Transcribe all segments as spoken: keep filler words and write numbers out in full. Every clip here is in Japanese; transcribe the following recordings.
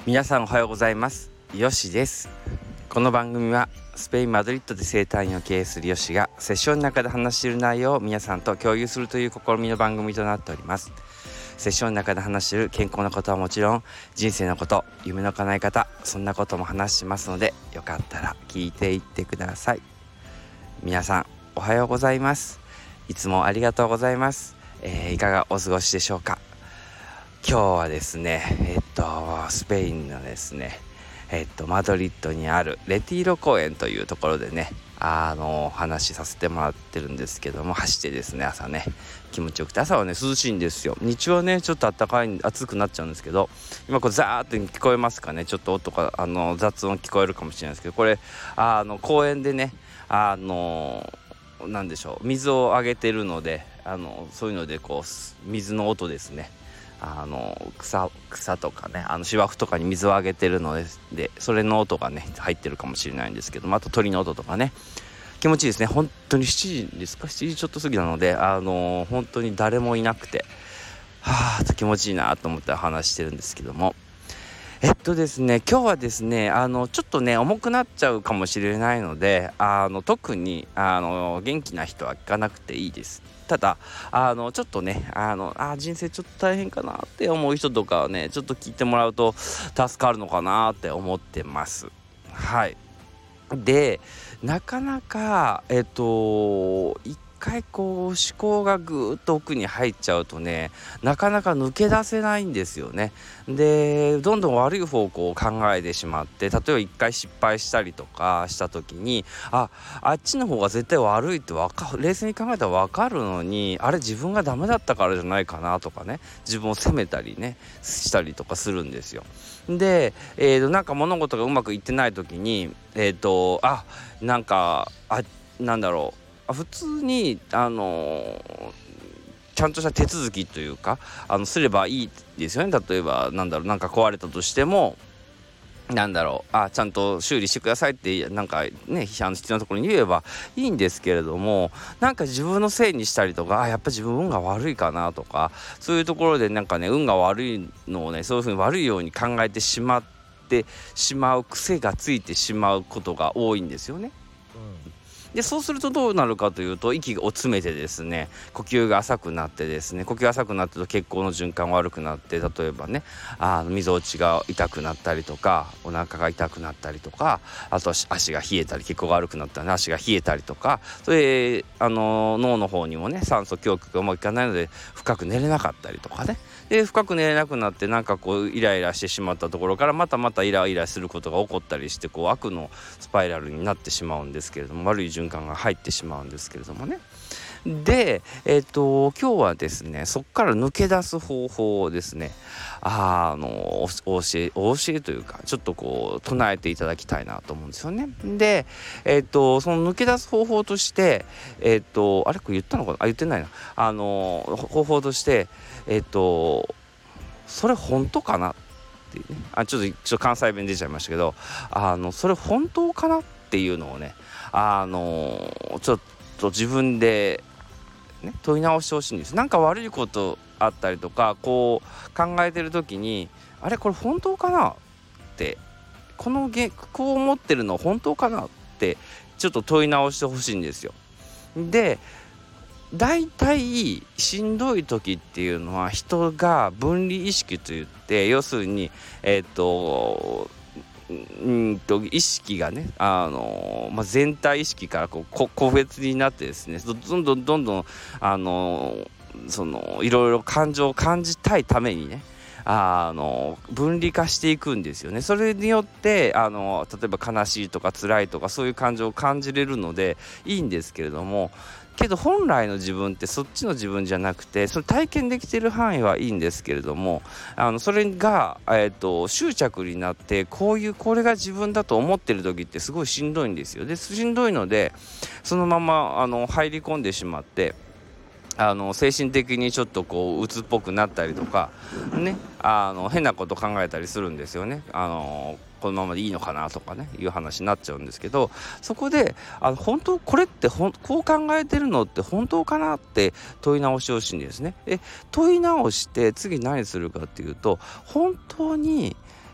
皆さんおはようございます。よしです。この番組はスペインマドリッドで整体院を経営するよしがセッションの中で話している内容を皆さんと共有するという試みの番組となっております。セッションの中で話している健康のことはもちろん、人生のこと、夢の叶え方、そんなことも話しますので、よかったら聞いていってください。皆さんおはようございます。いつもありがとうございます。えー、いかがお過ごしでしょうか。今日はですねえっとスペインのですねえっとマドリッドにあるレティーロ公園というところでねあの話させてもらってるんですけども、走ってですね朝ね気持ちよくて、朝はね涼しいんですよ。日中はねちょっと暖かい暑くなっちゃうんですけど、今これザーっと聞こえますかね。ちょっと音があの雑音聞こえるかもしれないですけど、これあの公園でねあのなんでしょう水をあげてるので、あのそういうのでこう水の音ですね、あの 草, 草とかねあの芝生とかに水をあげてるので、でそれの音がね入ってるかもしれないんですけども、あと鳥の音とかね気持ちいいですね。本当にしちじですか、しちじちょっと過ぎなので、あの本当に誰もいなくてはーと気持ちいいなと思って話してるんですけども、えっとですね今日はですねあのちょっとね重くなっちゃうかもしれないので、あの特にあの元気な人は聞かなくていいです。ただあのちょっとねあのあ人生ちょっと大変かなって思う人とかはねちょっと聞いてもらうと助かるのかなって思ってます。はい。でなかなかえっと一回こう思考がぐーっと奥に入っちゃうとねなかなか抜け出せないんですよね。でどんどん悪い方向を考えてしまって、例えば一回失敗したりとかした時にああっちの方が絶対悪いってわか冷静に考えたら分かるのに、あれ自分がダメだったからじゃないかなとかね、自分を責めたりねしたりとかするんですよ。で、えーと、なんか物事がうまくいってない時にえっとあなんかあなんだろう普通にあのー、ちゃんとした手続きというかあのすればいいですよね。例えばなんだろうなんか壊れたとしてもなんだろうあちゃんと修理してくださいってなんかねあの必要なところに言えばいいんですけれども、なんか自分のせいにしたりとかあやっぱ自分運が悪いかなとか、そういうところでなんかね運が悪いのをねそういうふうに悪いように考えてしまってしまう癖がついてしまうことが多いんですよね。うんでそうするとどうなるかというと、息を詰めてですね呼吸が浅くなってですね呼吸が浅くなってると血行の循環悪くなって、例えばねあのみぞおちが痛くなったりとかお腹が痛くなったりとか、あと足が冷えたり血行が悪くなったら、ね、足が冷えたりとか、それあの脳の方にもね酸素供給がうまくいかないので深く寝れなかったりとかね、で深く寝れなくなってなんかこうイライラしてしまったところからまたまたイライラすることが起こったりして、こう悪のスパイラルになってしまうんですけれども、悪い循環が入ってしまうんですけれどもね。でえっと今日はですねそこから抜け出す方法をですねあのお教えお教えというかちょっとこう唱えていただきたいなと思うんですよね。でえっとその抜け出す方法としてえっとあれこれ言ったのかなあ言ってないなあの方法としてえっとそれ本当かなっていうね、あちょっとちょっと関西弁出ちゃいましたけど、あのそれ本当かなっていうのをねあのちょっと自分で、ね、問い直してほしいんです。なんか悪いことあったりとかこう考えてる時にあれこれ本当かなってこのげこう思ってるの本当かなってちょっと問い直してほしいんですよ。でだいたいしんどい時っていうのは人が分離意識といって、要するにえっとうんと意識がねあの、まあ、全体意識からこう個別になってですねどんどんどんどんあのそのいろいろ感情を感じたいためにねあの分離化していくんですよね。それによってあの例えば悲しいとか辛いとかそういう感情を感じれるのでいいんですけれども、けど本来の自分ってそっちの自分じゃなくて、それ体験できてる範囲はいいんですけれども、あのそれが、えーと、執着になってこういうこれが自分だと思ってる時ってすごいしんどいんですよ。でしんどいのでそのままあの入り込んでしまってあの精神的にちょっとこう鬱っぽくなったりとかね、あの変なこと考えたりするんですよね。あのこのままでいいのかなとかねいう話になっちゃうんですけど、そこであの本当これってほんこう考えてるのって本当かなって問い直してほしいんですね。で問い直して次何するかっていうと、本当に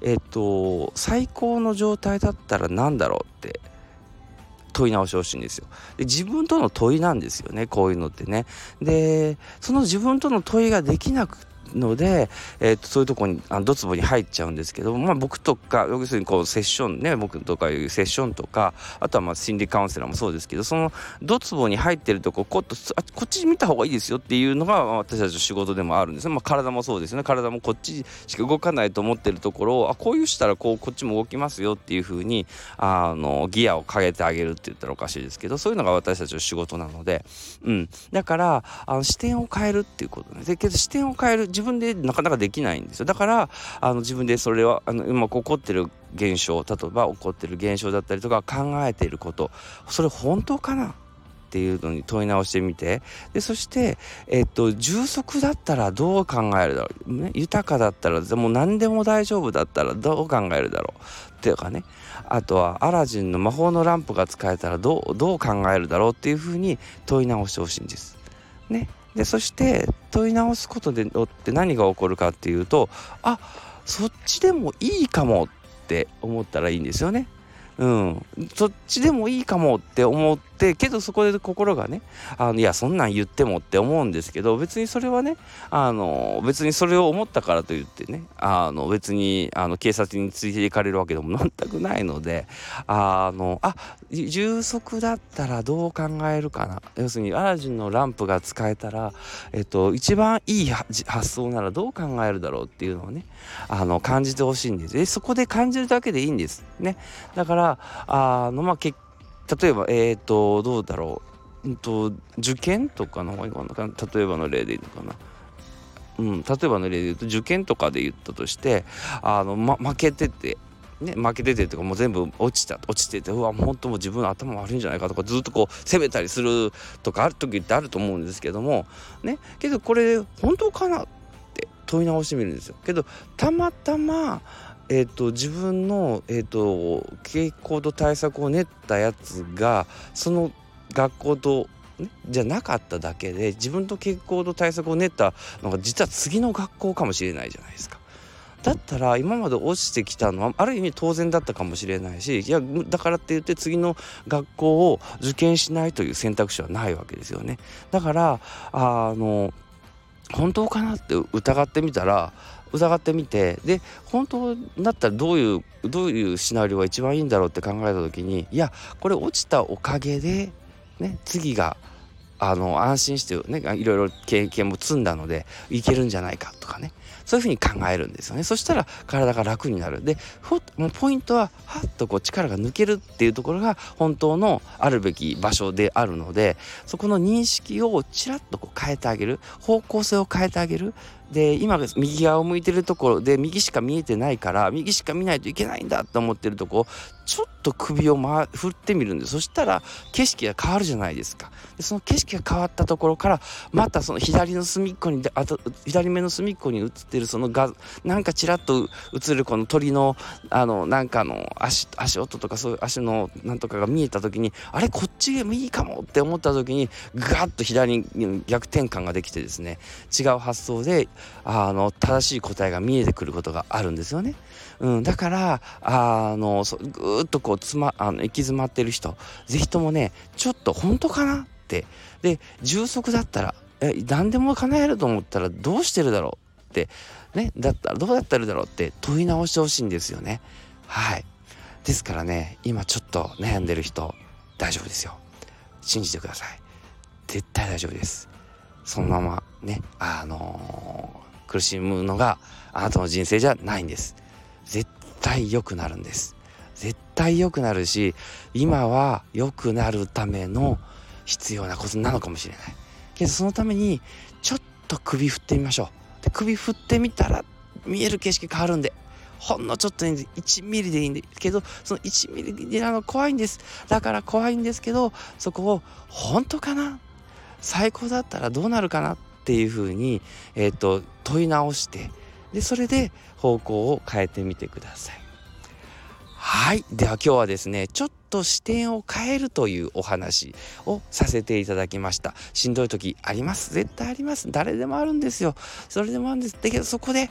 えっと最高の状態だったら何だろうって問い直してほしいんですよ。で自分との問いなんですよね、こういうのってね。でその自分との問いができなくので、えー、とそういうところにあのドツボに入っちゃうんですけど、まあ、僕とか要するにこうセッションね僕とかいうセッションとか、あとはまあ心理カウンセラーもそうですけど、そのドツボに入ってるとここっとあこっち見た方がいいですよっていうのが私たちの仕事でもあるんですね。まあ、体もそうですね。体もこっちしか動かないと思ってるところをあこういうしたらこうこっちも動きますよっていう風にあのギアを変えてあげるって言ったらおかしいですけど、そういうのが私たちの仕事なので、うん、だからあの視点を変えるっていうことね。でけど視点を変える自分でなかなかできないんですよ。だからあの自分でそれはあの今起こってる現象、例えば起こってる現象だったりとか考えていること、それ本当かなっていうのに問い直してみて、でそして、えっと、充足だったらどう考えるだろう、ね、豊かだったらもう何でも大丈夫だったらどう考えるだろうっていうかね、あとはアラジンの魔法のランプが使えたらどう、どう考えるだろうっていうふうに問い直してほしいんですね。でそして問い直すことでよって何が起こるかっていうと、あそっちでもいいかもって思ったらいいんですよね。うん、そっちでもいいかもって思ってけどそこで心がねあのいやそんなん言ってもって思うんですけど、別にそれはねあの別にそれを思ったからといってねあの別にあの警察についていかれるわけでも全くないので、あのあ充足だったらどう考えるかな、要するにアラジンのランプが使えたら、えっと、一番いい発想ならどう考えるだろうっていうのをねあの感じてほしいんです。でそこで感じるだけでいいんですね。だからあのまあけ例えばえっ、ー、とどうだろう、うんと受験とかの方がいいのかな、例えばの例でいいのかな、うん、例えばの例で言うと受験とかで言ったとしてあの、ま、負けててね、負けててとかもう全部落ちた落ちててうわ本当もう自分の頭悪いんじゃないかとかずっとこう責めたりするとかある時ってあると思うんですけどもね、けどこれ本当かなって問い直してみるんですよ。けどたまたまえー、と自分の、えー、と傾向と対策を練ったやつがその学校と、ね、じゃなかっただけで自分と傾向と対策を練ったのが実は次の学校かもしれないじゃないですか。だったら今まで落ちてきたのはある意味当然だったかもしれないし、いやだからって言って次の学校を受験しないという選択肢はないわけですよね。だからあの本当かなって疑ってみたら疑ってみてで本当だったらどういうどういうシナリオが一番いいんだろうって考えた時に、いやこれ落ちたおかげでね次があの安心してねいろいろ経験も積んだのでいけるんじゃないかとかね、そういうふうに考えるんですよね。そしたら体が楽になる。でほもうポイントははっとこう力が抜けるっていうところが本当のあるべき場所であるので、そこの認識をちらっとこう変えてあげる、方向性を変えてあげる。で今右側を向いてるところで右しか見えてないから右しか見ないといけないんだと思ってるとこちょっと首を回振ってみるんです。そしたら景色が変わるじゃないですか。でその景色が変わったところからまたその左の隅っこにあと左目の隅っこに映ってるそのがなんかちらっと映るこの鳥のあのなんかの 足, 足音とかそういう足のなんとかが見えた時にあれこっちでもいいかもって思った時にガッと左に逆転換ができてですね、違う発想であの正しい答えが見えてくることがあるんですよね。うん、だからあのそぐーっとこうつまあの行き詰まってる人ぜひともねちょっと本当かなってで充足だったらえ何でも叶えると思ったらどうしてるだろうってね、だったらどうだったらだろうって問い直してほしいんですよね。はいですからね今ちょっと悩んでる人大丈夫ですよ。信じてください。絶対大丈夫です。そのままねあのー苦しむのがあなたの人生じゃないんです。絶対良くなるんです。絶対良くなるし今は良くなるための必要なことなのかもしれないけど、そのためにちょっと首振ってみましょう。で首振ってみたら見える景色変わるんでほんのちょっとでいいんでいちミリでいいんでけどそのいちミリでなの怖いんです。だから怖いんですけどそこを本当かな最高だったらどうなるかなっていうふうに、えーと、問い直してでそれで方向を変えてみてください。はい、では今日はですねちょっと視点を変えるというお話をさせていただきました。しんどい時あります、絶対あります。誰でもあるんですよ。それでもあるんです。だけどそこで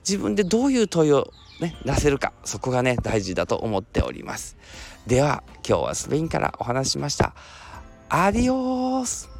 自分でどういう問いをね出せるか、そこがね大事だと思っております。では今日はスペインからお話ししました。アディオース。